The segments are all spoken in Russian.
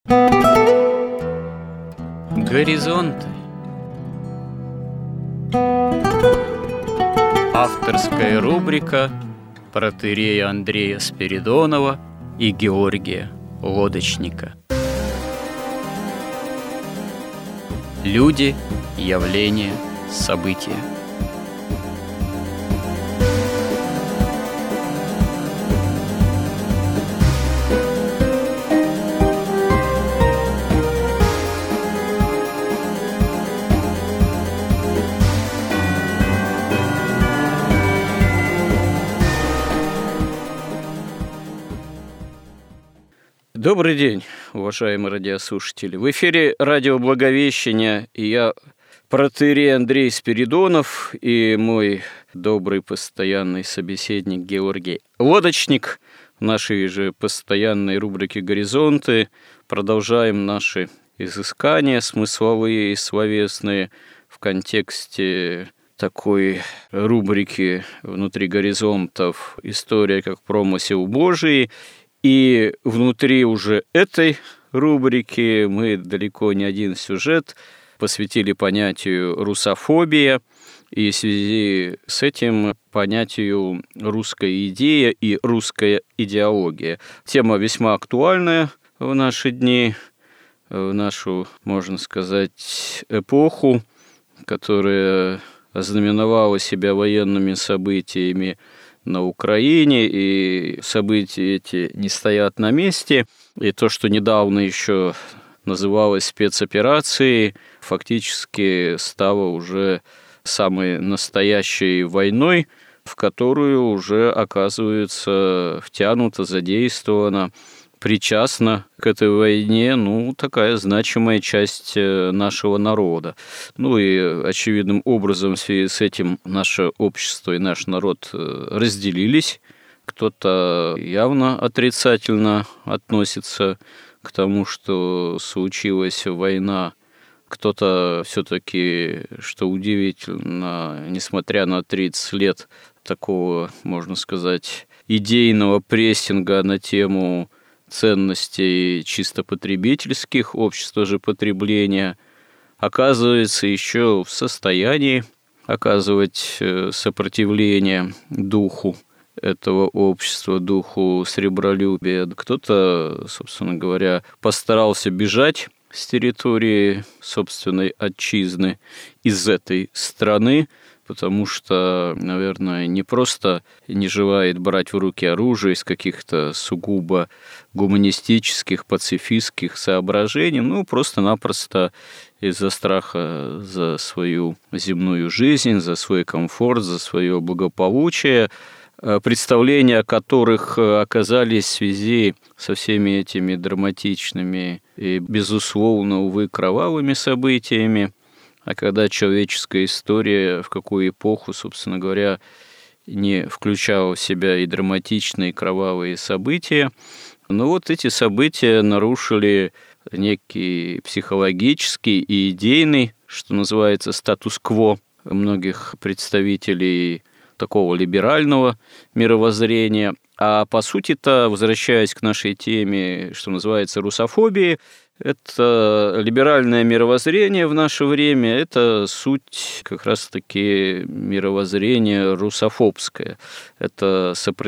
Горизонты. Авторская рубрика протоиерея Андрея Спиридонова и Георгия Лодочника. Люди, явления, события. Добрый день, уважаемые радиослушатели. В эфире радио Благовещение, и я, протоиерей Андрей Спиридонов, и мой добрый постоянный собеседник Георгий Лодочник. В нашей же постоянной рубрике «Горизонты» продолжаем наши изыскания смысловые и словесные в контексте такой рубрики внутри горизонтов «История как промысел Божий». И внутри уже этой рубрики мы далеко не один сюжет посвятили понятию «русофобия», и в связи с этим понятию «русская идея» и «русская идеология». Тема весьма актуальная в наши дни, в нашу, можно сказать, эпоху, которая ознаменовала себя военными событиями на Украине, и события эти не стоят на месте. И то, что недавно еще называлось спецоперацией, фактически стало уже самой настоящей войной, в которую уже, оказывается, втянута, задействована, причастна к этой войне, такая значимая часть нашего народа. И очевидным образом в связи с этим наше общество и наш народ разделились. Кто-то явно отрицательно относится к тому, что случилась война. Кто-то все-таки, что удивительно, несмотря на 30 лет такого, можно сказать, идейного прессинга на тему ценностей чисто потребительских, общества же потребления, оказывается еще в состоянии оказывать сопротивление духу этого общества, духу сребролюбия. Кто-то, собственно говоря, постарался бежать с территории собственной отчизны из этой страны, потому что, наверное, не просто не желает брать в руки оружие из каких-то сугубо гуманистических, пацифистских соображений, просто-напросто из-за страха за свою земную жизнь, за свой комфорт, за свое благополучие, представления о которых оказались в связи со всеми этими драматичными и, безусловно, увы, кровавыми событиями. А когда человеческая история в какую эпоху, собственно говоря, не включала в себя и драматичные, и кровавые события, эти события нарушили некий психологический и идейный, что называется, статус-кво многих представителей такого либерального мировоззрения. А по сути-то, возвращаясь к нашей теме, что называется, русофобии, это либеральное мировоззрение в наше время, это суть как раз-таки мировоззрения русофобское. Это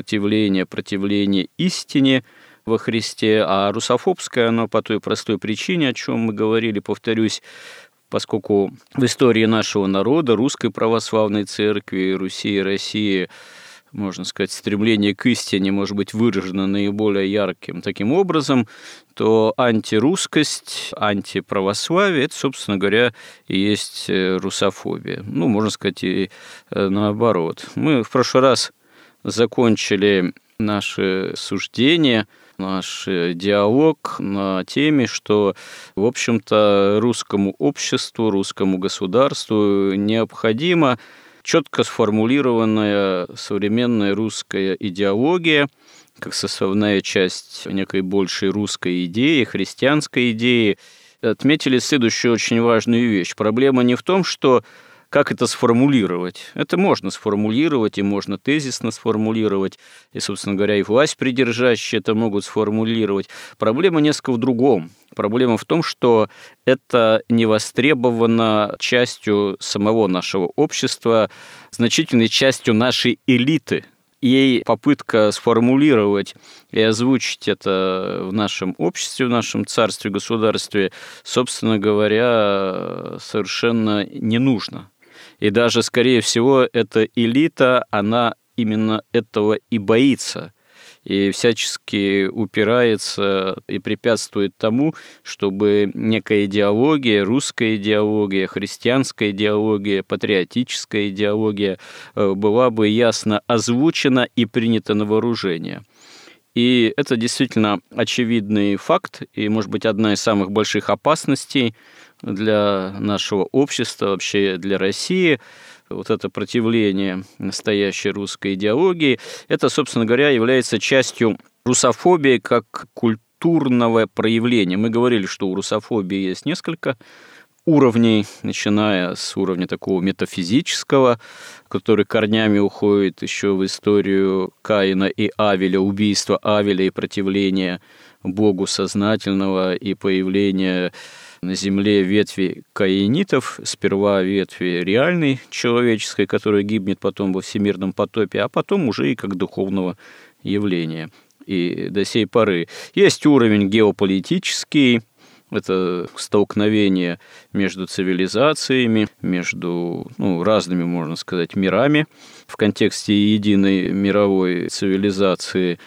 противление истине во Христе, а русофобское оно по той простой причине, о чем мы говорили, повторюсь, поскольку в истории нашего народа, Русской Православной Церкви, Руси и России, можно сказать, стремление к истине может быть выражено наиболее ярким таким образом, то антирусскость, антиправославие – это, собственно говоря, и есть русофобия. Можно сказать, и наоборот. Мы в прошлый раз закончили наше суждение, наш диалог на теме, что, в общем-то, русскому обществу, русскому государству необходимо четко сформулированная современная русская идеология, как составная часть некой большей русской идеи, христианской идеи, отметили следующую очень важную вещь. Проблема не в том, что как это сформулировать. Это можно сформулировать, и можно тезисно сформулировать, и, собственно говоря, и власть придержащие это могут сформулировать. Проблема несколько в другом. Проблема в том, что это не востребовано частью самого нашего общества, значительной частью нашей элиты. Ей попытка сформулировать и озвучить это в нашем обществе, в нашем царстве, государстве, собственно говоря, совершенно не нужно. И даже, скорее всего, эта элита, она именно этого и боится, и всячески упирается и препятствует тому, чтобы некая идеология, русская идеология, христианская идеология, патриотическая идеология была бы ясно озвучена и принята на вооружение. И это действительно очевидный факт, и, может быть, одна из самых больших опасностей для нашего общества, вообще для России, вот это противление настоящей русской идеологии, это, собственно говоря, является частью русофобии как культурного проявления. Мы говорили, что у русофобии есть несколько уровней, начиная с уровня такого метафизического, который корнями уходит еще в историю Каина и Авеля, убийства Авеля и противления Богу сознательного и появления на земле ветви каинитов, сперва ветви реальной человеческой, которая гибнет потом во всемирном потопе, а потом уже и как духовного явления. И до сей поры есть уровень геополитический, это столкновение между цивилизациями, между разными, можно сказать, мирами в контексте единой мировой цивилизации.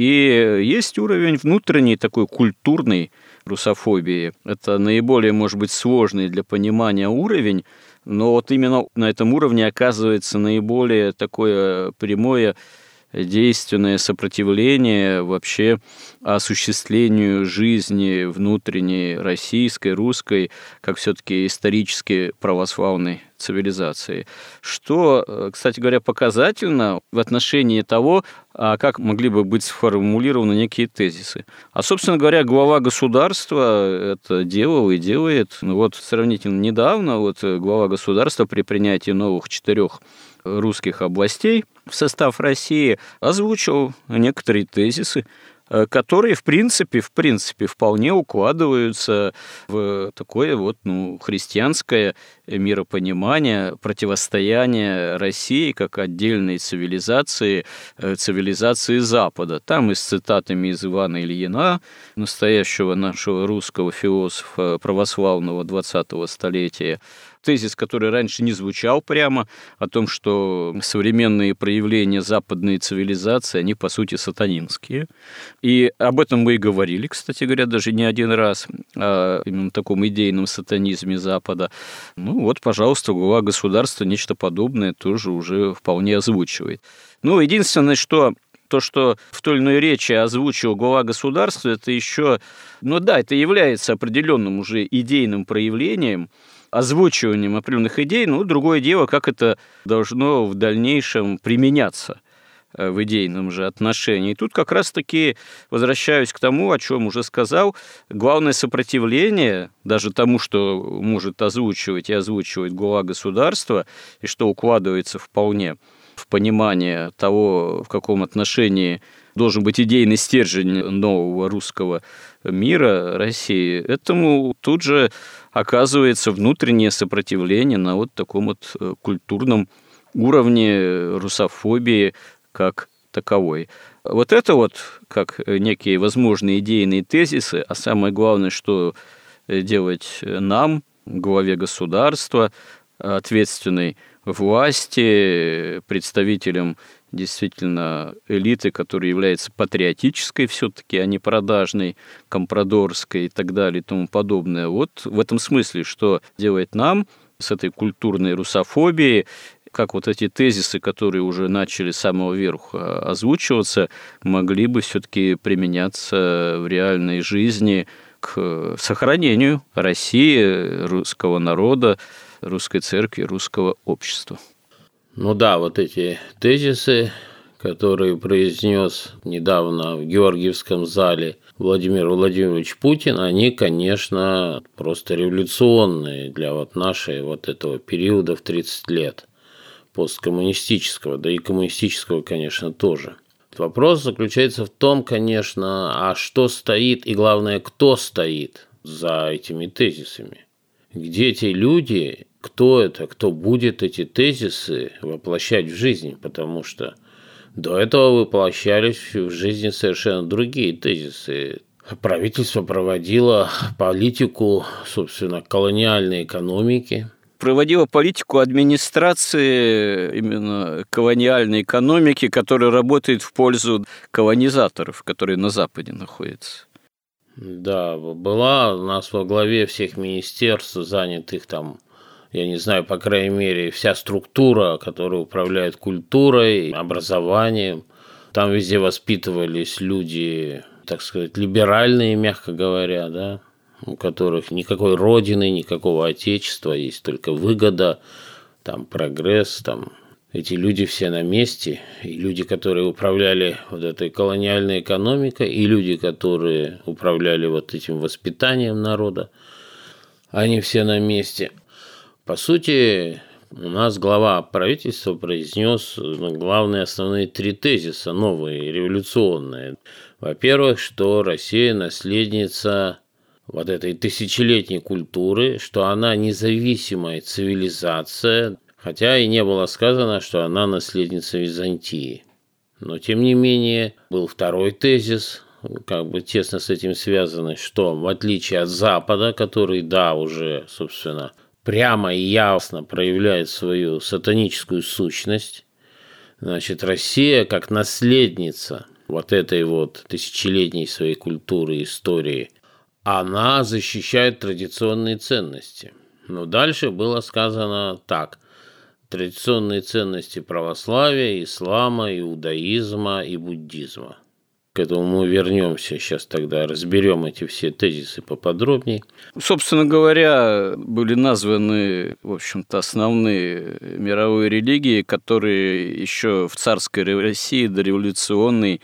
И есть уровень внутренний, такой культурный, русофобии. Это наиболее, может быть, сложный для понимания уровень, но вот именно на этом уровне оказывается наиболее такое прямое действенное сопротивление вообще осуществлению жизни внутренней российской, русской, как все-таки исторически православной цивилизации. Что, кстати говоря, показательно в отношении того, как могли бы быть сформулированы некие тезисы. А, собственно говоря, глава государства это делал и делает. Вот сравнительно недавно глава государства при принятии новых 4 русских областей в состав России озвучил некоторые тезисы, которые, в принципе, вполне укладываются в такое христианское миропонимание, противостояние России как отдельной цивилизации Запада. Там и с цитатами из Ивана Ильина, настоящего нашего русского философа православного 20-го столетия, тезис, который раньше не звучал прямо, о том, что современные проявления западной цивилизации, они, по сути, сатанинские. И об этом мы и говорили, кстати говоря, даже не один раз, о именно таком идейном сатанизме Запада. Пожалуйста, глава государства нечто подобное тоже уже вполне озвучивает. Единственное, что то, что в той или иной речи озвучил глава государства, это еще, это является определенным уже идейным проявлением, озвучиванием определенных идей, другое дело, как это должно в дальнейшем применяться в идейном же отношении. И тут как раз-таки возвращаюсь к тому, о чем уже сказал, главное сопротивление даже тому, что может озвучивать и озвучивать глава государства, и что укладывается вполне в понимание того, в каком отношении должен быть идейный стержень нового русского мира, России, этому тут же оказывается внутреннее сопротивление на таком культурном уровне русофобии как таковой. Это как некие возможные идейные тезисы, а самое главное, что делать нам, главе государства, ответственной власти, представителям действительно элиты, которая является патриотической все-таки, а не продажной, компрадорской и так далее и тому подобное. В этом смысле, что делает нам с этой культурной русофобией, как эти тезисы, которые уже начали с самого верху озвучиваться, могли бы все-таки применяться в реальной жизни к сохранению России, русского народа, русской церкви, русского общества. Эти тезисы, которые произнес недавно в Георгиевском зале Владимир Владимирович Путин, они, конечно, просто революционные для нашего этого периода в 30 лет посткоммунистического, да и коммунистического, конечно, тоже. Вопрос заключается в том, конечно, а что стоит и, главное, кто стоит за этими тезисами? Где те люди, кто это, кто будет эти тезисы воплощать в жизнь? Потому что до этого воплощались в жизни совершенно другие тезисы. Правительство проводило политику, собственно, колониальной экономики. Проводила политику администрации именно колониальной экономики, которая работает в пользу колонизаторов, которые на Западе находятся. Да, была у нас во главе всех министерств, занятых там, я не знаю, по крайней мере, вся структура, которая управляет культурой, образованием. Там везде воспитывались люди, так сказать, либеральные, мягко говоря, да, у которых никакой родины, никакого отечества, есть только выгода, там прогресс, там эти люди все на месте, и люди, которые управляли вот этой колониальной экономикой, и люди, которые управляли вот этим воспитанием народа, они все на месте. По сути, у нас глава правительства произнес главные основные 3 тезиса, новые, революционные. Во-первых, что Россия наследница вот этой тысячелетней культуры, что она независимая цивилизация, хотя и не было сказано, что она наследница Византии. Но, тем не менее, был второй тезис, как бы тесно с этим связанный, что в отличие от Запада, который, да, уже, собственно, прямо и ясно проявляет свою сатаническую сущность, значит, Россия как наследница вот этой вот тысячелетней своей культуры и истории, она защищает традиционные ценности. Но дальше было сказано так: традиционные ценности православия, ислама, иудаизма и буддизма. К этому мы вернемся сейчас, тогда разберем эти все тезисы поподробнее. Собственно говоря, были названы, в общем-то, основные мировые религии, которые еще в царской России дореволюционной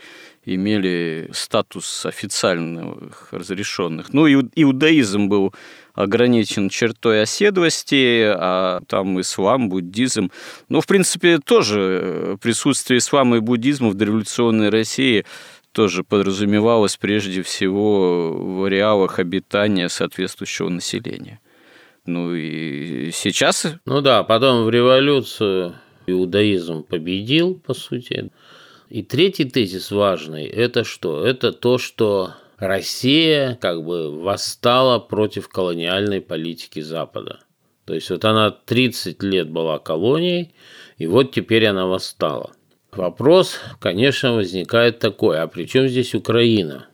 имели статус официальных разрешенных. Ну, иудаизм был ограничен чертой оседлости, а там ислам, буддизм. Но, в принципе, тоже присутствие ислама и буддизма в дореволюционной России тоже подразумевалось прежде всего в ареалах обитания соответствующего населения. Ну и сейчас... Ну да, потом в революцию иудаизм победил, по сути. И третий тезис важный – это что? Это то, что Россия как бы восстала против колониальной политики Запада. То есть вот она 30 лет была колонией, и вот теперь она восстала. Вопрос, конечно, возникает такой: а при чем здесь Украина?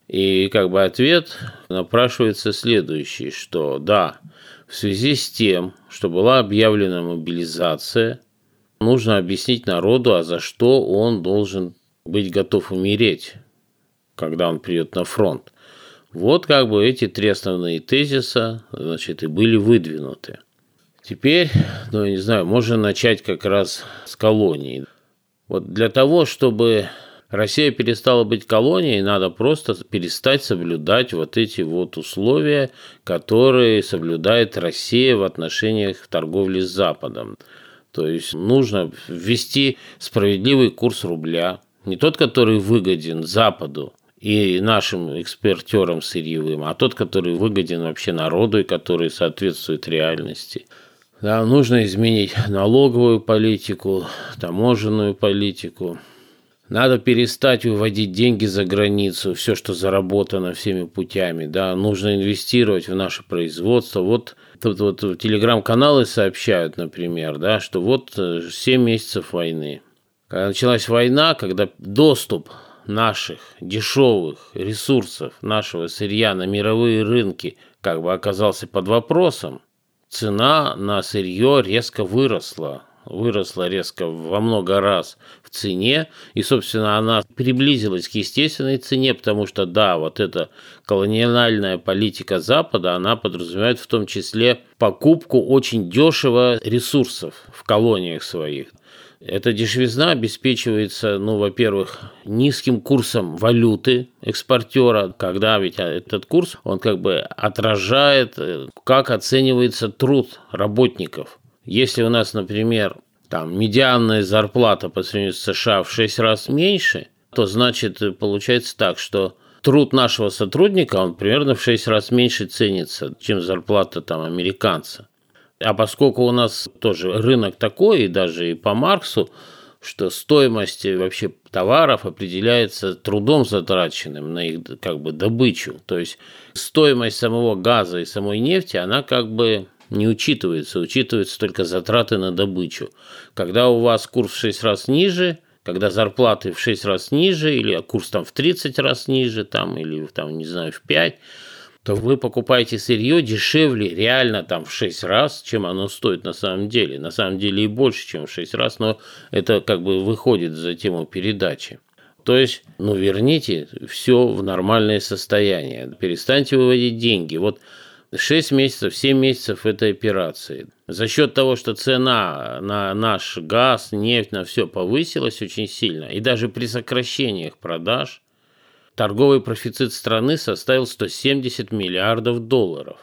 И как бы ответ напрашивается следующий, что да, в связи с тем, что была объявлена мобилизация, нужно объяснить народу, а за что он должен быть готов умереть, когда он придет на фронт. Вот как бы эти 3 основные тезиса, значит, и были выдвинуты. Теперь, ну, я не знаю, можно начать как раз с колонии. Вот для того, чтобы Россия перестала быть колонией, надо просто перестать соблюдать вот эти вот условия, которые соблюдает Россия в отношениях торговли с Западом. То есть нужно ввести справедливый курс рубля, не тот, который выгоден Западу и нашим экспортерам сырьевым, а тот, который выгоден вообще народу и который соответствует реальности. Да, нужно изменить налоговую политику, таможенную политику. Надо перестать выводить деньги за границу, все, что заработано всеми путями. Да, нужно инвестировать в наше производство. Вот тут вот телеграм-каналы сообщают, например, да, что вот 7 месяцев войны. Когда началась война, когда доступ наших дешевых ресурсов, нашего сырья на мировые рынки как бы оказался под вопросом, цена на сырье резко выросла резко во много раз в цене, и, собственно, она приблизилась к естественной цене, потому что, да, вот эта колониальная политика Запада, она подразумевает в том числе покупку очень дешево ресурсов в колониях своих. Эта дешевизна обеспечивается, ну, во-первых, низким курсом валюты экспортера, когда ведь этот курс, он как бы отражает, как оценивается труд работников. Если у нас, например, там медианная зарплата по сравнению с США в 6 раз меньше, то значит получается так, что труд нашего сотрудника, он примерно в 6 раз меньше ценится, чем зарплата там американца. А поскольку у нас тоже рынок такой, и даже и по Марксу, что стоимость вообще товаров определяется трудом, затраченным на их как бы добычу. То есть стоимость самого газа и самой нефти, она как бы не учитывается, учитываются только затраты на добычу. Когда у вас курс в 6 раз ниже, когда зарплаты в 6 раз ниже, или курс там в 30 раз ниже, там, или там, не знаю, в 5, то вы покупаете сырье дешевле реально там в 6 раз, чем оно стоит на самом деле. На самом деле и больше, чем в 6 раз, но это как бы выходит за тему передачи. То есть, верните все в нормальное состояние, перестаньте выводить деньги. Вот 6 месяцев, 7 месяцев этой операции. За счет того, что цена на наш газ, нефть, на все повысилась очень сильно, и даже при сокращениях продаж, торговый профицит страны составил 170 миллиардов долларов.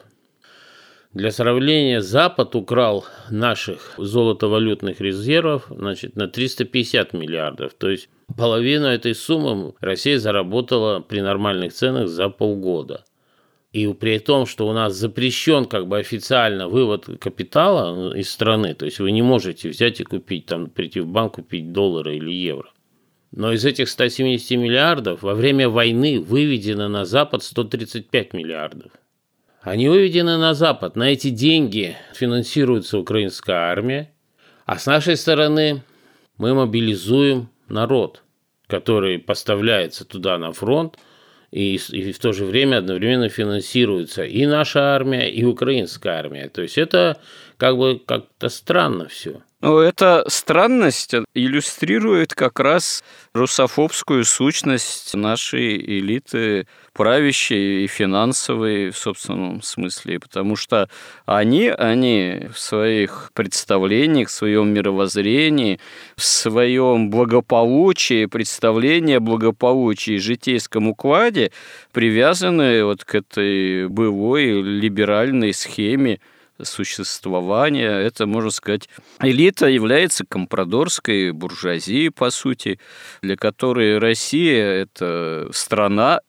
Для сравнения, Запад украл наших золотовалютных резервов, на 350 миллиардов. То есть половину этой суммы Россия заработала при нормальных ценах за полгода. И при том, что у нас запрещен как бы официально вывод капитала из страны, то есть вы не можете взять и купить, прийти в банк, купить доллары или евро. Но из этих 170 миллиардов во время войны выведено на Запад 135 миллиардов. Они выведены на Запад. На эти деньги финансируется украинская армия. А с нашей стороны мы мобилизуем народ, который поставляется туда на фронт, и в то же время одновременно финансируется и наша армия, и украинская армия. То есть это как бы как-то странно все. Эта странность иллюстрирует как раз русофобскую сущность нашей элиты правящей и финансовой в собственном смысле, потому что они в своих представлениях, в своем мировоззрении, в своем благополучии, представлении о благополучии и житейском укладе привязаны вот к этой былой либеральной схеме существования. Это, можно сказать, элита является компрадорской буржуазией, по сути, для которой Россия – это страна,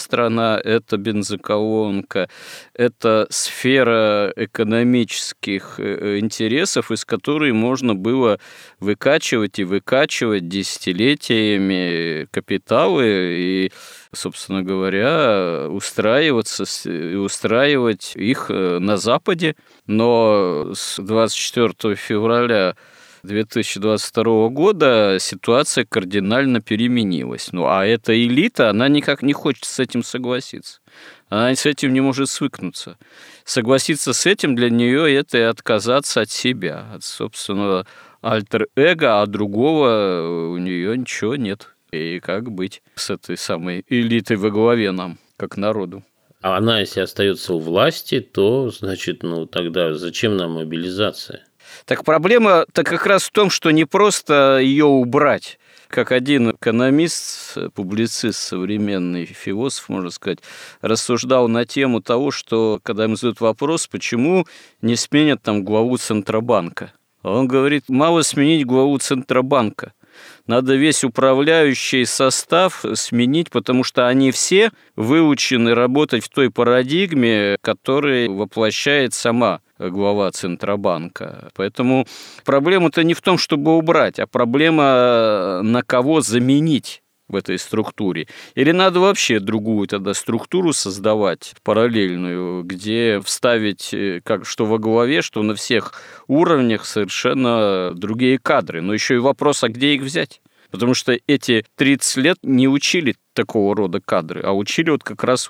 это бензоколонка, это сфера экономических интересов, из которой можно было выкачивать десятилетиями капиталы и, собственно говоря, устраивать их на Западе. Но с 24 февраля 2022 года ситуация кардинально переменилась. А эта элита, она никак не хочет с этим согласиться. Она с этим не может свыкнуться. Согласиться с этим для нее это и отказаться от себя, от собственного альтер-эго, а другого у нее ничего нет. И как быть с этой самой элитой во главе нам, как народу? А она, если остается у власти, то, значит, тогда зачем нам мобилизация? Так проблема-то как раз в том, что не просто ее убрать. Как один экономист, публицист, современный философ, можно сказать, рассуждал на тему того, что, когда ему задают вопрос, почему не сменят главу Центробанка. Он говорит, мало сменить главу Центробанка. Надо весь управляющий состав сменить, потому что они все выучены работать в той парадигме, которую воплощает сама глава Центробанка. Поэтому проблема-то не в том, чтобы убрать, а проблема, на кого заменить в этой структуре. Или надо вообще другую тогда структуру создавать, параллельную, где вставить, что во главе, что на всех уровнях совершенно другие кадры. Но еще и вопрос, а где их взять? Потому что эти 30 лет не учили такого рода кадры, а учили как раз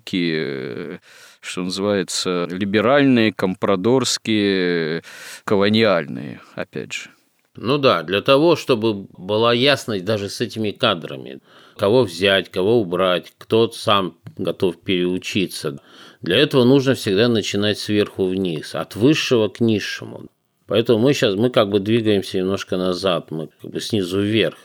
такие, что называется, либеральные, компрадорские, колониальные, опять же. Для того, чтобы была ясность даже с этими кадрами, кого взять, кого убрать, кто сам готов переучиться. Для этого нужно всегда начинать сверху вниз, от высшего к низшему. Поэтому мы двигаемся немножко назад, мы снизу вверх.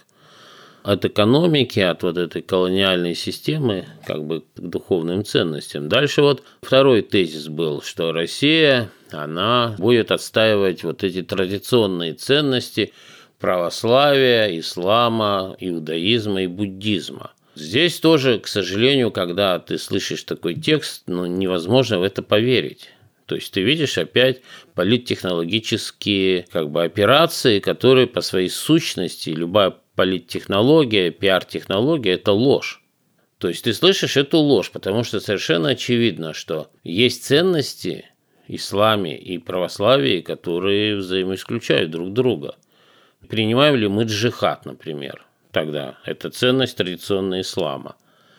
От экономики, от этой колониальной системы к духовным ценностям. Дальше второй тезис был, что Россия, она будет отстаивать эти традиционные ценности православия, ислама, иудаизма и буддизма. Здесь тоже, к сожалению, когда ты слышишь такой текст, невозможно в это поверить. То есть ты видишь опять политтехнологические операции, которые по своей сущности, любая политтехнология, пиар-технология – это ложь. То есть ты слышишь эту ложь, потому что совершенно очевидно, что есть ценности в исламе и православии, которые взаимоисключают друг друга. Принимаем ли мы джихад, например? Тогда это ценность традиционного ислама.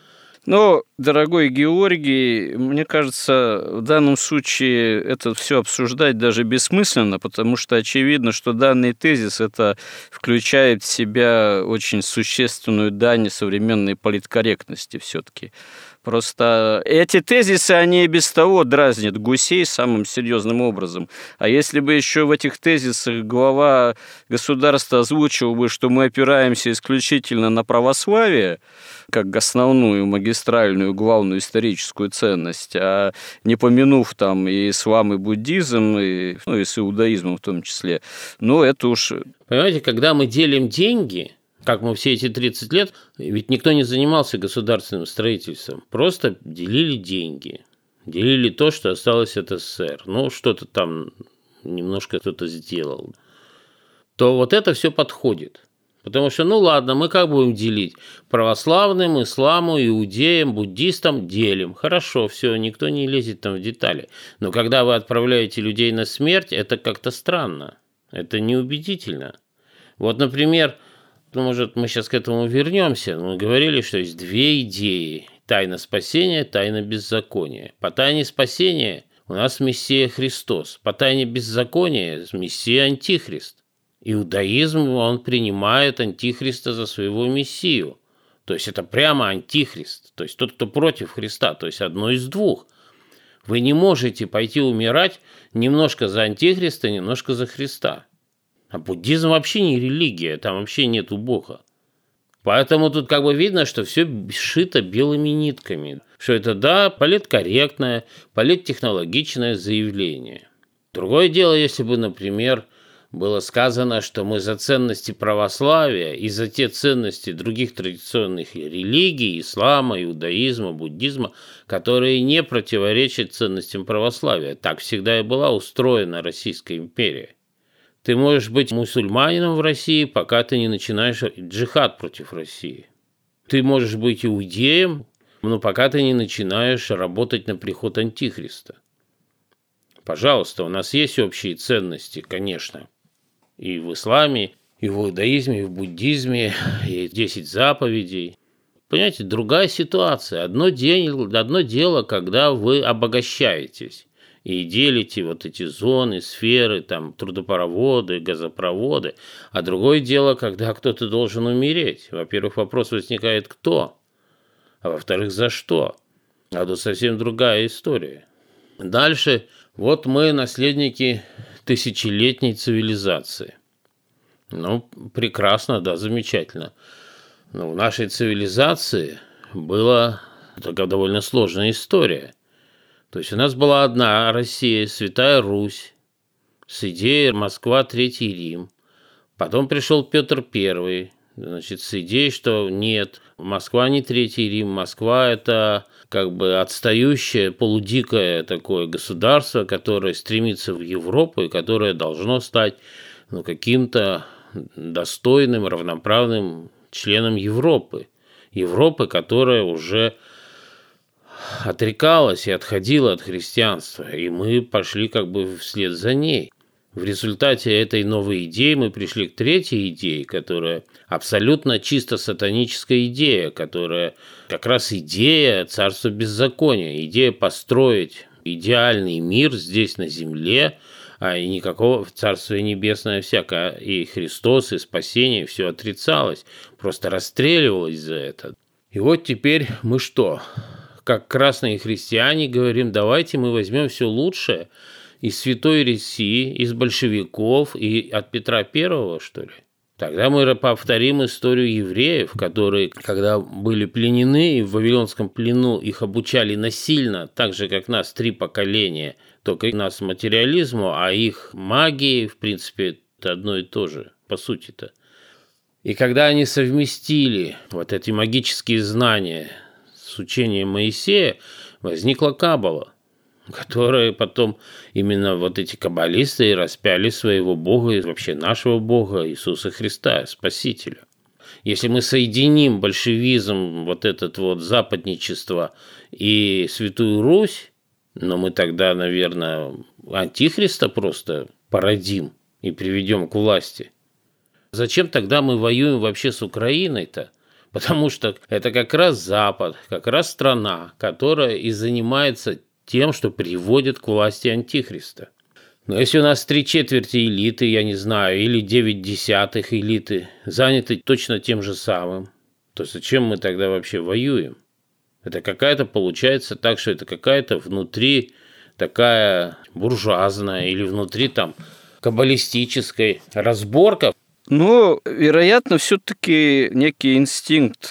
Но, дорогой Георгий, мне кажется, в данном случае это все обсуждать даже бессмысленно, потому что очевидно, что данный тезис это включает в себя очень существенную дань современной политкорректности все-таки. Просто эти тезисы, они и без того дразнят гусей самым серьезным образом. А если бы еще в этих тезисах глава государства озвучил бы, что мы опираемся исключительно на православие, как основную магистральную, главную историческую ценность, а не помянув там и ислам, и буддизм, и с иудаизмом в том числе, это уж... Понимаете, когда мы делим деньги... Как мы все эти 30 лет, ведь никто не занимался государственным строительством, просто делили деньги, делили то, что осталось от СССР. Что-то там немножко кто-то сделал. То вот это все подходит. Потому что, ладно, мы как будем делить? Православным, исламу, иудеям, буддистам делим. Хорошо, все, никто не лезет там в детали. Но когда вы отправляете людей на смерть, это как-то странно. Это неубедительно. Вот, например... может, мы сейчас к этому вернемся. Мы говорили, что есть две идеи. Тайна спасения, тайна беззакония. По тайне спасения у нас Мессия Христос. По тайне беззакония Мессия Антихрист. Иудаизм, он принимает Антихриста за своего Мессию. То есть это прямо Антихрист. То есть тот, кто против Христа. То есть одно из двух. Вы не можете пойти умирать немножко за Антихриста, немножко за Христа. А буддизм вообще не религия, там вообще нету Бога. Поэтому тут видно, что все сшито белыми нитками. Что это, политкорректное, политтехнологичное заявление. Другое дело, если бы, например, было сказано, что мы за ценности православия и за те ценности других традиционных религий, ислама, иудаизма, буддизма, которые не противоречат ценностям православия. Так всегда и была устроена Российская империя. Ты можешь быть мусульманином в России, пока ты не начинаешь джихад против России. Ты можешь быть иудеем, но пока ты не начинаешь работать на приход Антихриста. Пожалуйста, у нас есть общие ценности, конечно. И в исламе, и в иудаизме, и в буддизме, и 10 заповедей. Понимаете, другая ситуация. Одно дело, когда вы обогащаетесь. И делите вот эти зоны, сферы, там, трудопроводы, газопроводы. А другое дело, когда кто-то должен умереть. Во-первых, вопрос возникает кто? А во-вторых, за что? А тут совсем другая история. Дальше, вот мы наследники тысячелетней цивилизации. Прекрасно, да, замечательно. Но в нашей цивилизации была такая довольно сложная история. То есть у нас была одна Россия, Святая Русь, с идеей Москва, Третий Рим. Потом пришел Петр I, с идеей, что нет, Москва не Третий Рим, Москва – это отстающее, полудикое такое государство, которое стремится в Европу и которое должно стать каким-то достойным, равноправным членом Европы. Европы, которая уже отрекалась и отходила от христианства, и мы пошли вслед за ней. В результате этой новой идеи мы пришли к третьей идее, которая абсолютно чисто сатаническая идея, которая как раз идея царства беззакония, идея построить идеальный мир здесь на земле, и никакого Царствия Небесное всякое, и Христос, и спасение, все отрицалось, просто расстреливалось за это. И вот теперь мы что? Как красные христиане говорим, давайте мы возьмем все лучшее из Святой Руси, из большевиков и от Петра Первого, что ли? Тогда мы повторим историю евреев, которые, когда были пленены и в Вавилонском плену их обучали насильно, так же, как нас 3 поколения, только нас материализму, а их магии, в принципе, это одно и то же, по сути-то. И когда они совместили вот эти магические знания с учением Моисея, возникла Каббала, которые потом именно вот эти каббалисты и распяли своего Бога, и вообще нашего Бога, Иисуса Христа, Спасителя. Если мы соединим большевизм, вот этот вот западничество и Святую Русь, но мы тогда, наверное, антихриста просто породим и приведем к власти. Зачем тогда мы воюем вообще с Украиной-то? Потому что это как раз Запад, как раз страна, которая и занимается тем, что приводит к власти антихриста. Но если у нас 3/4 элиты, я не знаю, или 9/10 элиты заняты точно тем же самым, то зачем мы тогда вообще воюем? Это какая-то получается так, что это какая-то внутри такая буржуазная или внутри там каббалистическая разборка. Но, вероятно, все-таки некий инстинкт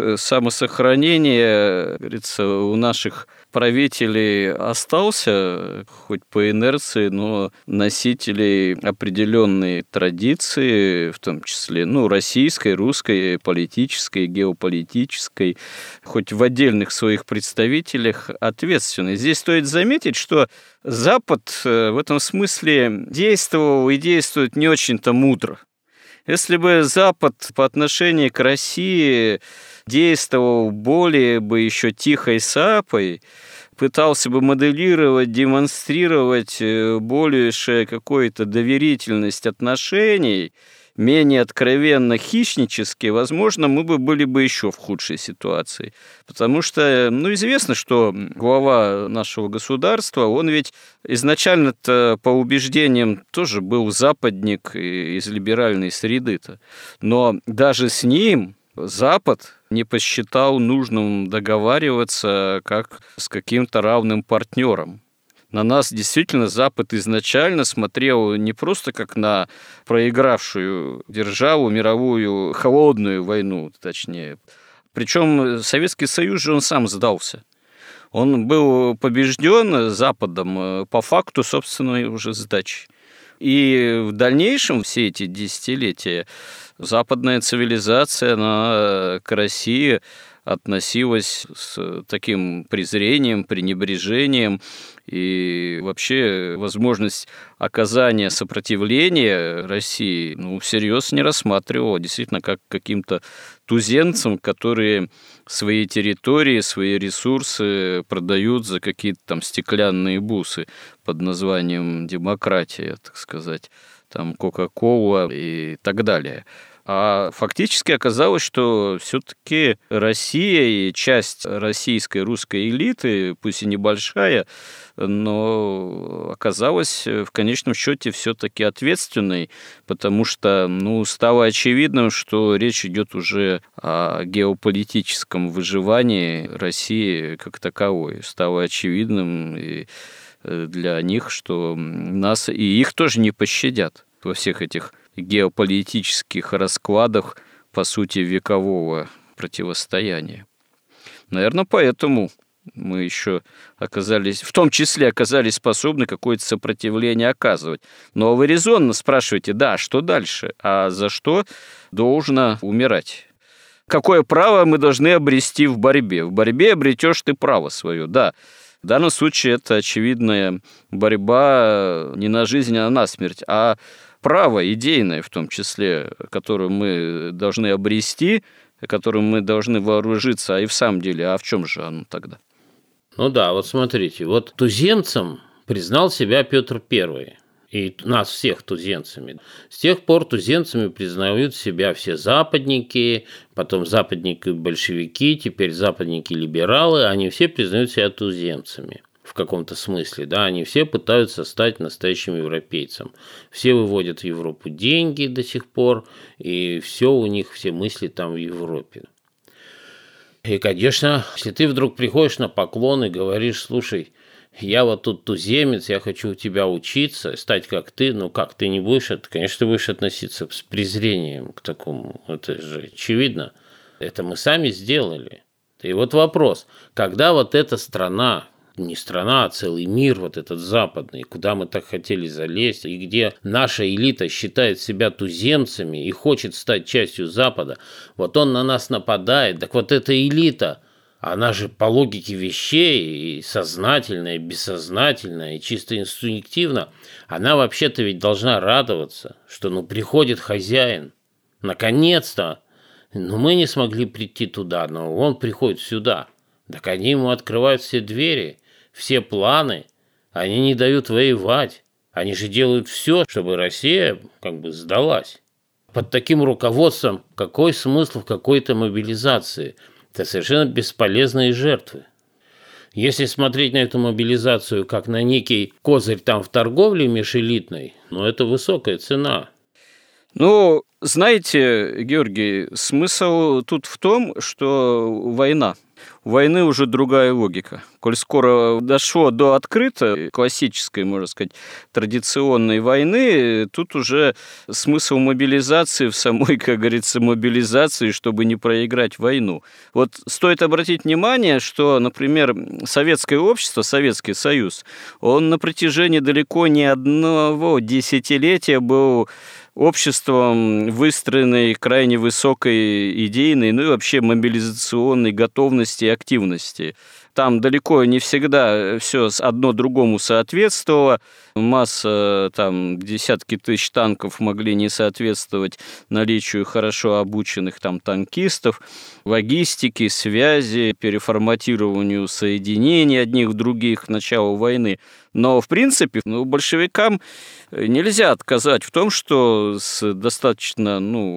самосохранения, как говорится, у наших правителей остался, хоть по инерции, но носителей определенной традиции, в том числе, российской, русской, политической, геополитической, хоть в отдельных своих представителях ответственной. Здесь стоит заметить, что Запад в этом смысле действовал и действует не очень-то мудро. Если бы Запад по отношению к России действовал более бы еще тихой сапой, пытался бы моделировать, демонстрировать большую какую-то доверительность отношений, менее откровенно хищнически, возможно, мы бы были бы еще в худшей ситуации. Потому что, известно, что глава нашего государства, он ведь изначально-то по убеждениям тоже был западник из либеральной среды-то. Но даже с ним Запад не посчитал нужным договариваться как с каким-то равным партнером. На нас действительно Запад изначально смотрел не просто как на проигравшую державу, мировую холодную войну, точнее. Причем Советский Союз же он сам сдался. Он был побежден Западом по факту собственной уже сдачи. И в дальнейшем все эти десятилетия западная цивилизация, она к России относилась с таким презрением, пренебрежением, и вообще возможность оказания сопротивления России всерьез не рассматривала, действительно, как каким-то туземцам, которые свои территории, свои ресурсы продают за какие-то там стеклянные бусы под названием демократия, так сказать, там Кока-Кола и так далее. А фактически оказалось, что все-таки Россия и часть российской русской элиты, пусть и небольшая, но оказалась в конечном счете все-таки ответственной, потому что стало очевидным, что речь идет уже о геополитическом выживании России как таковой. Стало очевидным и для них, что нас и их тоже не пощадят во всех этих геополитических раскладах, по сути, векового противостояния. Наверное, поэтому мы еще оказались, в том числе оказались способны какое-то сопротивление оказывать. Но вы резонно спрашиваете, да, что дальше? А за что должно умирать? Какое право мы должны обрести в борьбе? В борьбе обретешь ты право свое, да. В данном случае это очевидная борьба не на жизнь, а на смерть, а право идейное, в том числе, которое мы должны обрести, которым мы должны вооружиться, а и в самом деле, а в чем же оно тогда? Ну да, вот смотрите, вот туземцем признал себя Петр I, и нас всех туземцами. С тех пор туземцами признают себя все западники, потом западники-большевики, теперь западники-либералы, они все признают себя туземцами. В каком-то смысле, да, они все пытаются стать настоящим европейцем. Все выводят в Европу деньги до сих пор, и все у них, все мысли там в Европе. И, конечно, если ты вдруг приходишь на поклон и говоришь, слушай, я вот тут туземец, я хочу у тебя учиться, стать как ты, как ты не будешь, конечно, ты будешь относиться с презрением к такому, это же очевидно, это мы сами сделали. И вот вопрос, когда вот эта страна, не страна, а целый мир вот этот западный, куда мы так хотели залезть, и где наша элита считает себя туземцами и хочет стать частью Запада, вот он на нас нападает. Так вот эта элита, она же по логике вещей, и сознательная, и бессознательная, и чисто инстинктивно, она вообще-то ведь должна радоваться, что приходит хозяин. Наконец-то! Мы не смогли прийти туда, но он приходит сюда. Так они ему открывают все двери, все планы, они не дают воевать. Они же делают все, чтобы Россия сдалась. Под таким руководством какой смысл в какой-то мобилизации? Это совершенно бесполезные жертвы. Если смотреть на эту мобилизацию как на некий козырь в торговле межэлитной, это высокая цена. Знаете, Георгий, смысл тут в том, что война. У войны уже другая логика. Коль скоро дошло до открытой, классической, можно сказать, традиционной войны, тут уже смысл мобилизации в самой, как говорится, мобилизации, чтобы не проиграть войну. Вот стоит обратить внимание, что, например, советское общество, Советский Союз, он на протяжении далеко не одного десятилетия был обществом, выстроенной крайне высокой идейной, и вообще мобилизационной готовности и активности. Там далеко не всегда все одно другому соответствовало. Масса, десятки тысяч танков могли не соответствовать наличию хорошо обученных танкистов, логистики, связи, переформатированию соединений одних в других к началу войны. Но, в принципе, большевикам нельзя отказать в том, что с достаточно,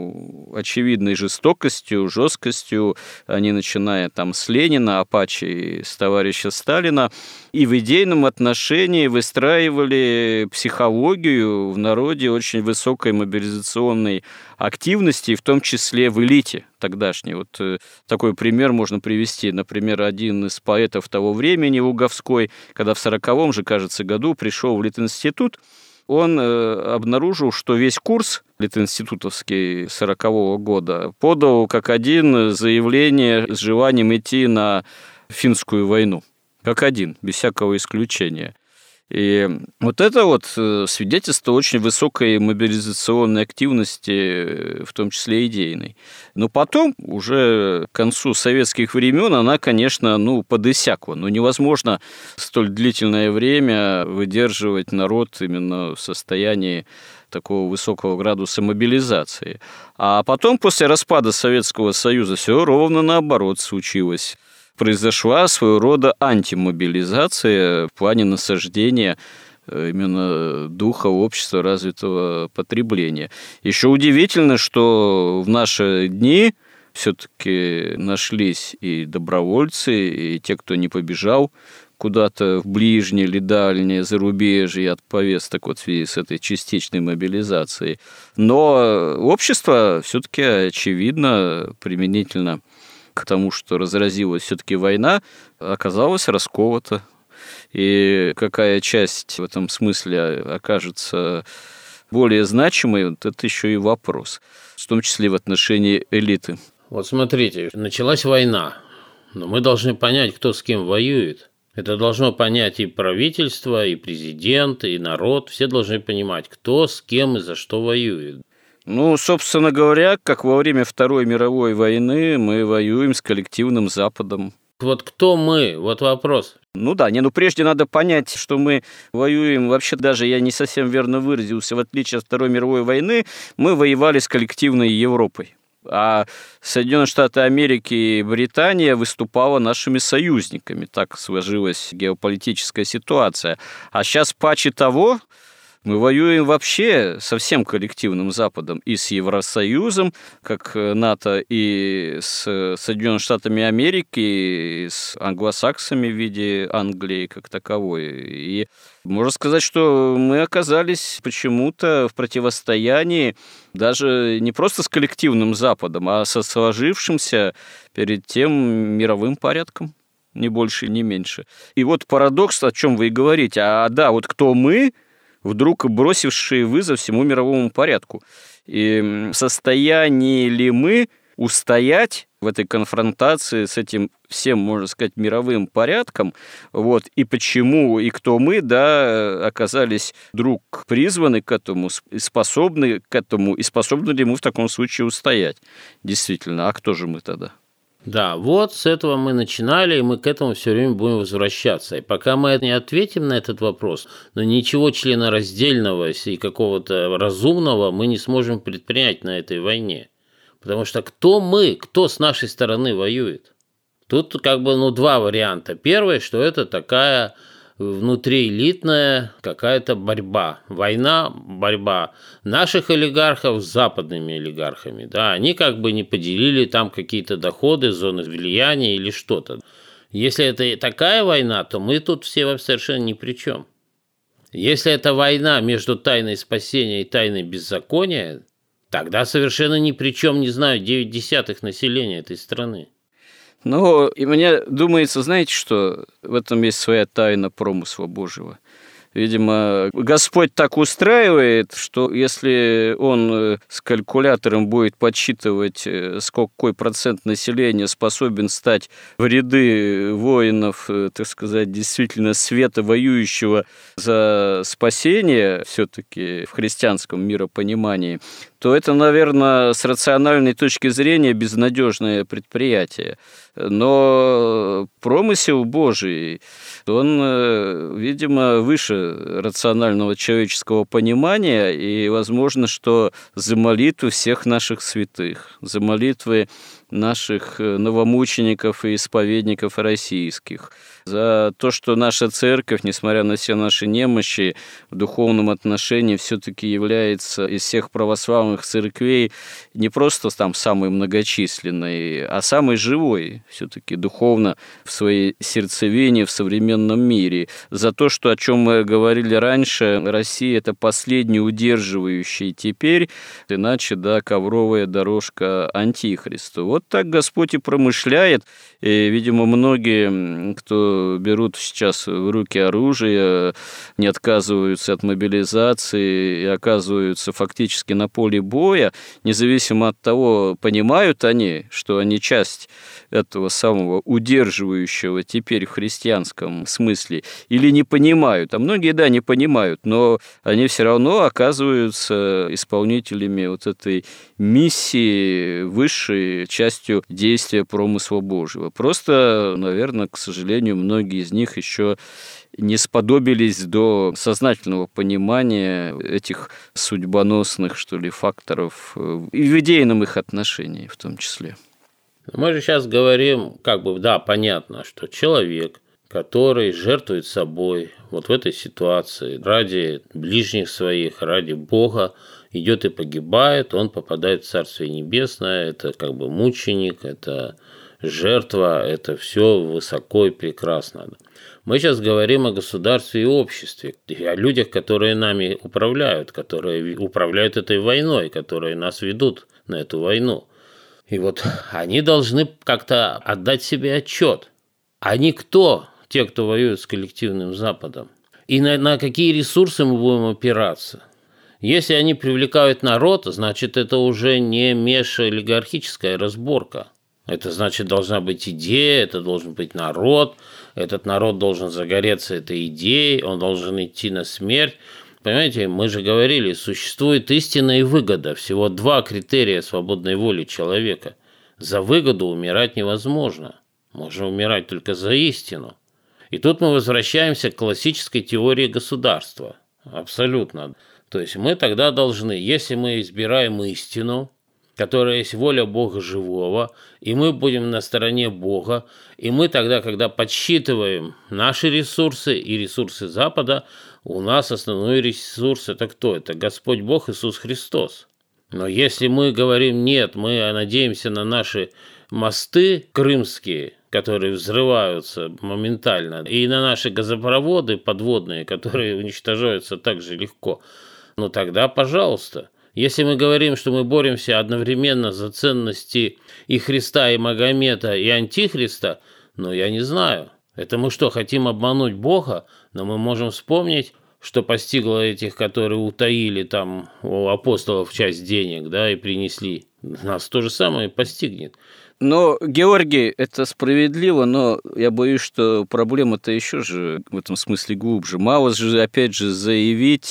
очевидной жестокостью, жесткостью, они, начиная с Ленина, Апачи и с товарища Сталина, и в идейном отношении выстраивали психологию в народе очень высокой мобилизационной активности, в том числе в элите тогдашней. Вот такой пример можно привести. Например, один из поэтов того времени, Луговской, когда в 40-м же, кажется, году пришел в Литинститут, он обнаружил, что весь курс литинститутовский 40-го года подал как один заявление с желанием идти на финскую войну. Как один, без всякого исключения. И вот это свидетельство очень высокой мобилизационной активности, в том числе идейной. Но потом, уже к концу советских времен, она, конечно, подысякла. Невозможно столь длительное время выдерживать народ именно в состоянии такого высокого градуса мобилизации. А потом, после распада Советского Союза, все ровно наоборот случилось. Произошла своего рода антимобилизация в плане насаждения именно духа общества развитого потребления. Еще удивительно, что в наши дни все-таки нашлись и добровольцы, и те, кто не побежал куда-то в ближнее или дальнее зарубежье от повесток в связи с этой частичной мобилизацией. Но общество все-таки, очевидно, применительно к тому, что разразилась все-таки война, оказалась расколота. И какая часть в этом смысле окажется более значимой, это еще и вопрос, в том числе в отношении элиты. Вот смотрите, началась война, но мы должны понять, кто с кем воюет. Это должно понять и правительство, и президент, и народ. Все должны понимать, кто с кем и за что воюет. Собственно говоря, как во время Второй мировой войны мы воюем с коллективным Западом. Вот кто мы? Вот вопрос. Прежде надо понять, что мы воюем, вообще даже я не совсем верно выразился, в отличие от Второй мировой войны, мы воевали с коллективной Европой. А Соединенные Штаты Америки и Британия выступала нашими союзниками. Так сложилась геополитическая ситуация. А сейчас паче того, мы воюем вообще со всем коллективным Западом, и с Евросоюзом, как НАТО, и с Соединенными Штатами Америки, и с англосаксами в виде Англии как таковой. И можно сказать, что мы оказались почему-то в противостоянии даже не просто с коллективным Западом, а со сложившимся перед тем мировым порядком, ни больше, ни меньше. И вот парадокс, о чем вы и говорите. Кто мы, вдруг бросившие вызов всему мировому порядку. И в состоянии ли мы устоять в этой конфронтации с этим всем, можно сказать, мировым порядком, вот, и почему, и кто мы, да, оказались вдруг призваны к этому, способны к этому, и способны ли мы в таком случае устоять, действительно, а кто же мы тогда? Да, вот с этого мы начинали, и мы к этому все время будем возвращаться. И пока мы не ответим на этот вопрос, но ничего членораздельного и какого-то разумного мы не сможем предпринять на этой войне. Потому что кто мы, кто с нашей стороны воюет? Тут два варианта. Первый, что это такая внутриэлитная какая-то борьба. Война, борьба наших олигархов с западными олигархами. Да, они не поделили там какие-то доходы, зоны влияния или что-то. Если это такая война, то мы тут все совершенно ни при чем. Если это война между тайной спасения и тайной беззакония, тогда совершенно ни при чем, не знаю, 9/10 населения этой страны. Но и мне думается, знаете, что в этом есть своя тайна промысла Божьего. Видимо, Господь так устраивает, что если Он с калькулятором будет подсчитывать, какой процент населения способен стать в ряды воинов, так сказать, действительно света, воюющего за спасение, все-таки в христианском миропонимании, то это, наверное, с рациональной точки зрения безнадежное предприятие. Но промысел Божий, он, видимо, выше рационального человеческого понимания, и возможно, что за молитвы всех наших святых, за молитвы наших новомучеников и исповедников российских, за то, что наша церковь, несмотря на все наши немощи, в духовном отношении все-таки является из всех православных церквей не просто там самой многочисленной, а самой живой, все-таки духовно в своей сердцевине в современном мире. За то, что, о чем мы говорили раньше, Россия – это последний удерживающий теперь, иначе, да, ковровая дорожка антихристу. Вот так Господь и промышляет. И, видимо, многие, кто берут сейчас в руки оружие, не отказываются от мобилизации и оказываются фактически на поле боя, независимо от того, понимают они, что они часть этого самого удерживающего теперь в христианском смысле, или не понимают. А многие, да, не понимают, но они все равно оказываются исполнителями вот этой миссии, высшей частью действия промысла Божьего. Просто, наверное, к сожалению, многие из них еще не сподобились до сознательного понимания этих судьбоносных, что ли, факторов и в идейном их отношении в том числе. Мы же сейчас говорим, да, понятно, что человек, который жертвует собой вот в этой ситуации ради ближних своих, ради Бога, идет и погибает, он попадает в Царствие Небесное, это мученик, это жертва, это все высоко и прекрасно. Мы сейчас говорим о государстве и обществе, и о людях, которые нами управляют, которые управляют этой войной, которые нас ведут на эту войну. И вот они должны как-то отдать себе отчет. Они кто? Те, кто воюет с коллективным Западом. И на какие ресурсы мы будем опираться? Если они привлекают народ, значит, это уже не межолигархическая разборка. Это значит, должна быть идея, это должен быть народ, этот народ должен загореться этой идеей, он должен идти на смерть. Понимаете, мы же говорили, существует истина и выгода. Всего 2 критерия свободной воли человека. За выгоду умирать невозможно. Можно умирать только за истину. И тут мы возвращаемся к классической теории государства. Абсолютно. То есть мы тогда должны, если мы избираем истину, которая есть воля Бога живого, и мы будем на стороне Бога, и мы тогда, когда подсчитываем наши ресурсы и ресурсы Запада, у нас основной ресурс – это кто? Это Господь Бог Иисус Христос. Но если мы говорим «нет», мы надеемся на наши мосты крымские, которые взрываются моментально, и на наши газопроводы подводные, которые уничтожаются так же легко, ну тогда пожалуйста. Если мы говорим, что мы боремся одновременно за ценности и Христа, и Магомета, и Антихриста, я не знаю. Это мы что, хотим обмануть Бога? Но мы можем вспомнить, что постигло этих, которые утаили там у апостолов часть денег, да, и принесли нас то же самое постигнет. Но, Георгий, это справедливо, но я боюсь, что проблема-то еще же в этом смысле глубже. Мало же, опять же, заявить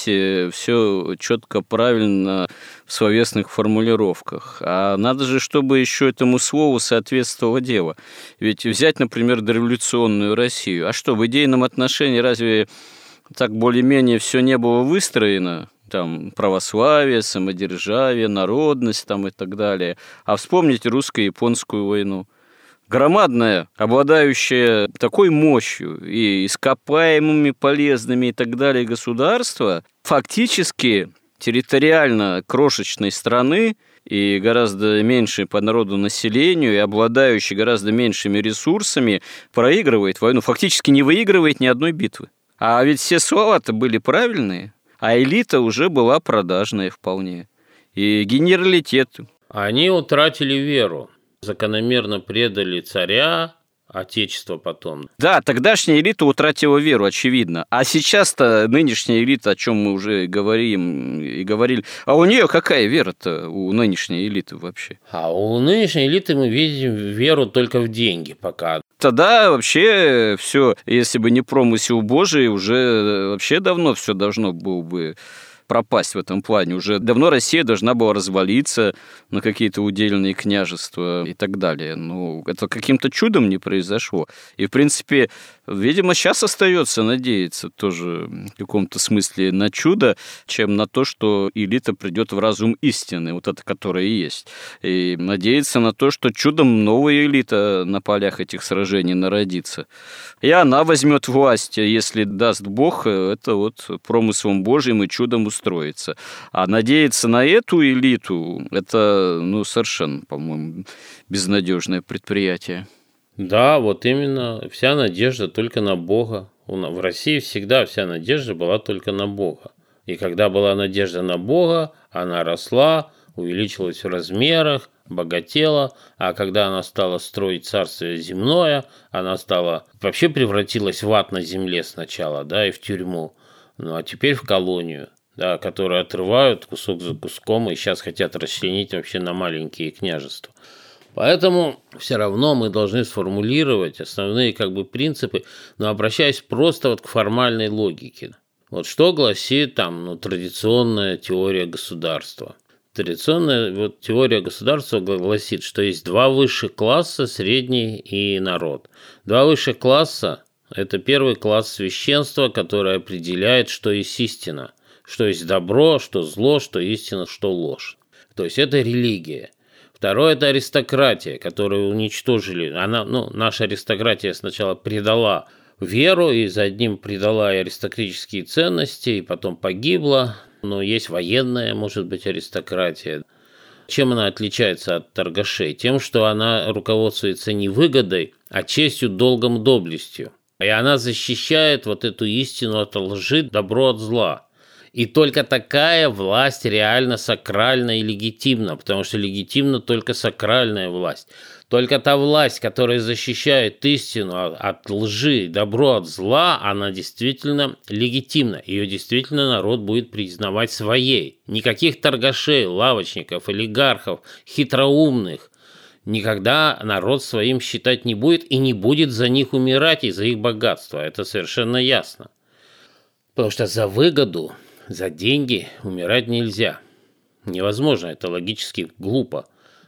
все четко, правильно в словесных формулировках. А надо же, чтобы еще этому слову соответствовало дело. Ведь взять, например, дореволюционную Россию. А что, в идейном отношении разве так более-менее все не было выстроено? Там православие, самодержавие, народность там и так далее. А вспомните русско-японскую войну. Громадная, обладающая такой мощью и ископаемыми полезными и так далее государство, фактически территориально крошечной страны и гораздо меньше по народу населению, и обладающей гораздо меньшими ресурсами, проигрывает войну, фактически не выигрывает ни одной битвы. А ведь все слова-то были правильные. А элита уже была продажная вполне. И генералитет. Они утратили веру. Закономерно предали царя, отечество потом. Да, тогдашняя элита утратила веру, очевидно. А сейчас-то нынешняя элита, о чем мы уже говорим и говорили, а у нее какая вера-то, у нынешней элиты вообще? А у нынешней элиты мы видим веру только в деньги пока. Тогда вообще все, если бы не промысел Божий, уже вообще давно все должно было бы пропасть в этом плане. Уже давно Россия должна была развалиться на какие-то удельные княжества и так далее. Но это каким-то чудом не произошло. И, в принципе, видимо, сейчас остается надеяться тоже в каком-то смысле на чудо, чем на то, что элита придет в разум истины, вот это, которое и есть. И надеяться на то, что чудом новая элита на полях этих сражений народится. И она возьмет власть, если даст Бог, это вот промыслом Божьим и чудом устроится. А надеяться на эту элиту, это, совершенно, по-моему, безнадежное предприятие. Да, вот именно, вся надежда только на Бога. В России всегда вся надежда была только на Бога. И когда была надежда на Бога, она росла, увеличилась в размерах, богатела, а когда она стала строить царствие земное, она вообще превратилась в ад на земле сначала, да, и в тюрьму, а теперь в колонию, да, которые отрывают кусок за куском и сейчас хотят расчленить вообще на маленькие княжества. Поэтому все равно мы должны сформулировать основные принципы, но обращаясь просто к формальной логике. Вот что гласит традиционная теория государства. Традиционная теория государства гласит, что есть два высших класса, средний и народ. Два высших класса – это первый класс священства, который определяет, что есть истина, что есть добро, что зло, что истина, что ложь. То есть это религия. Второе – это аристократия, которую уничтожили. Наша аристократия сначала предала веру, и за одним предала и аристократические ценности, и потом погибла. Но есть военная, может быть, аристократия. Чем она отличается от торгашей? Тем, что она руководствуется не выгодой, а честью, долгом, доблестью. И она защищает эту истину от лжи, добро от зла. И только такая власть реально сакральна и легитимна, потому что легитимна только сакральная власть. Только та власть, которая защищает истину от лжи, добро от зла, она действительно легитимна. Ее действительно народ будет признавать своей. Никаких торгашей, лавочников, олигархов, хитроумных никогда народ своим считать не будет и не будет за них умирать и за их богатство. Это совершенно ясно. Потому что за выгоду, за деньги умирать нельзя. Невозможно, это логически глупо.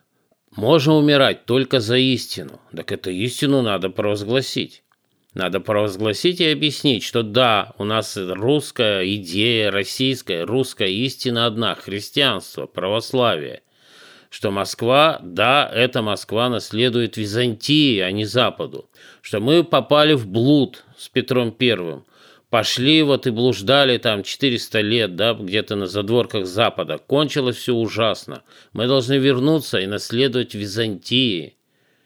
Можно умирать только за истину. Так эту истину надо провозгласить. Надо провозгласить и объяснить, что да, у нас русская идея, российская, русская истина одна, христианство, православие. Что Москва, да, эта Москва наследует Византии, а не Западу. Что мы попали в блуд с Петром Первым. Пошли и блуждали 400 лет, да, где-то на задворках Запада. Кончилось все ужасно. Мы должны вернуться и наследовать Византии,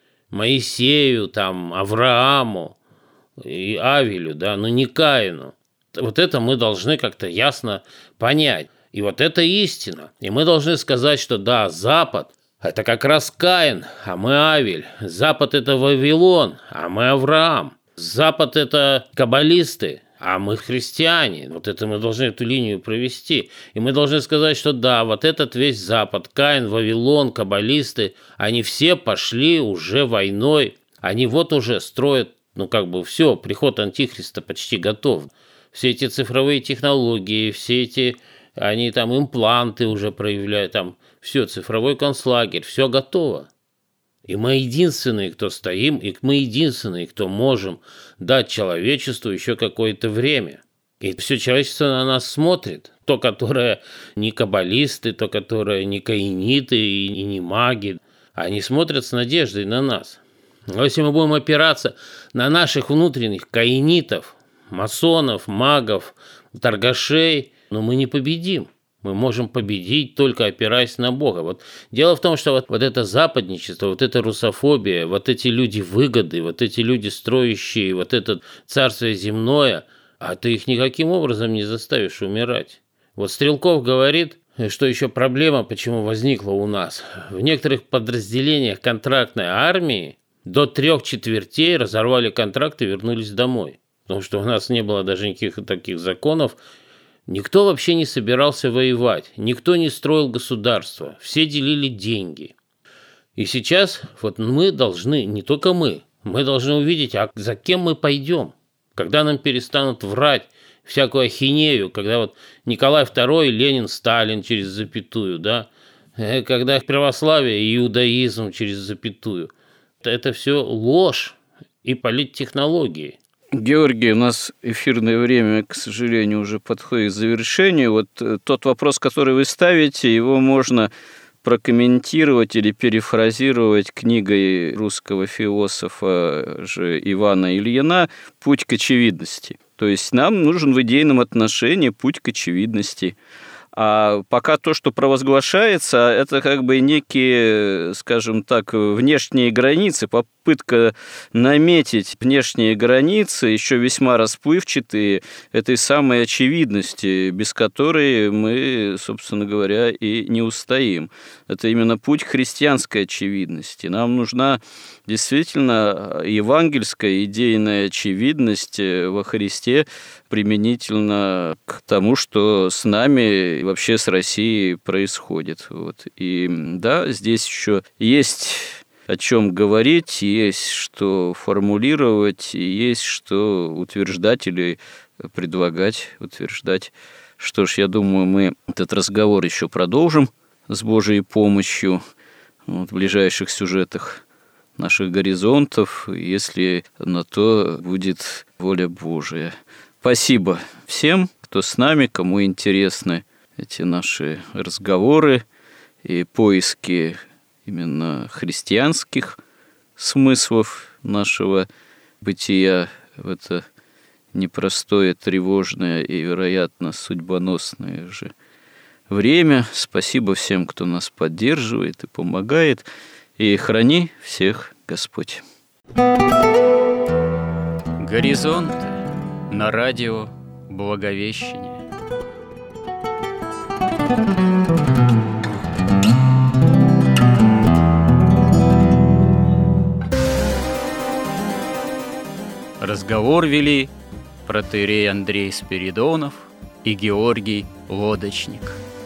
Моисею, Аврааму и Авелю, да, но не Каину. Это мы должны как-то ясно понять. И это истина. И мы должны сказать, что да, Запад – это как раз Каин, а мы Авель. Запад – это Вавилон, а мы Авраам. Запад – это каббалисты, А мы христиане, вот это мы должны эту линию провести. И мы должны сказать, что да, вот этот весь Запад, Каин, Вавилон, каббалисты, они все пошли уже войной. Они вот уже строят, все, приход Антихриста почти готов. Все эти цифровые технологии, все эти, они там импланты уже проявляют, там все, цифровой концлагерь, все готово. И мы единственные, кто стоим, и мы единственные, кто можем дать человечеству еще какое-то время. И все человечество на нас смотрит. То, которое не каббалисты, то, которое не каиниты и не маги. Они смотрят с надеждой на нас. Но если мы будем опираться на наших внутренних каинитов, масонов, магов, торгашей, мы не победим. Мы можем победить, только опираясь на Бога. Вот дело в том, что вот это западничество, вот эта русофобия, вот эти люди выгоды, вот эти люди, строящие вот это царствие земное, а ты их никаким образом не заставишь умирать. Вот Стрелков говорит, что еще проблема, почему возникла у нас. В некоторых подразделениях контрактной армии до 3/4 разорвали контракт и вернулись домой. Потому что у нас не было даже никаких таких законов. Никто вообще не собирался воевать, никто не строил государство, все делили деньги. И сейчас вот мы должны, не только мы должны увидеть, а за кем мы пойдем, когда нам перестанут врать всякую ахинею, когда вот Николай II, Ленин, Сталин через запятую, да, когда православие и иудаизм через запятую. Это все ложь и политтехнологии. Георгий, у нас эфирное время, к сожалению, уже подходит к завершению. Вот тот вопрос, который вы ставите, его можно прокомментировать или перефразировать книгой русского философа же Ивана Ильина «Путь к очевидности». То есть нам нужен в идейном отношении путь к очевидности. А пока то, что провозглашается, это как бы некие, скажем так, внешние границы, попытка наметить внешние границы, еще весьма расплывчатые, этой самой очевидности, без которой мы, собственно говоря, и не устоим. Это именно путь к христианской очевидности. Нам нужна действительно евангельская идейная очевидность во Христе применительно к тому, что с нами и вообще с Россией происходит. Вот. И да, здесь еще есть о чем говорить, есть что формулировать, и есть что утверждать или предлагать утверждать. Что ж, я думаю, мы этот разговор еще продолжим с Божьей помощью в ближайших сюжетах наших горизонтов, если на то будет воля Божия. Спасибо всем, кто с нами, кому интересны эти наши разговоры и поиски именно христианских смыслов нашего бытия в это непростое, тревожное и, вероятно, судьбоносное же время. Спасибо всем, кто нас поддерживает и помогает. И храни всех Господь. Горизонты на радио Благовещение. Разговор вели протоиерей Андрей Спиридонов и Георгий Лодочник.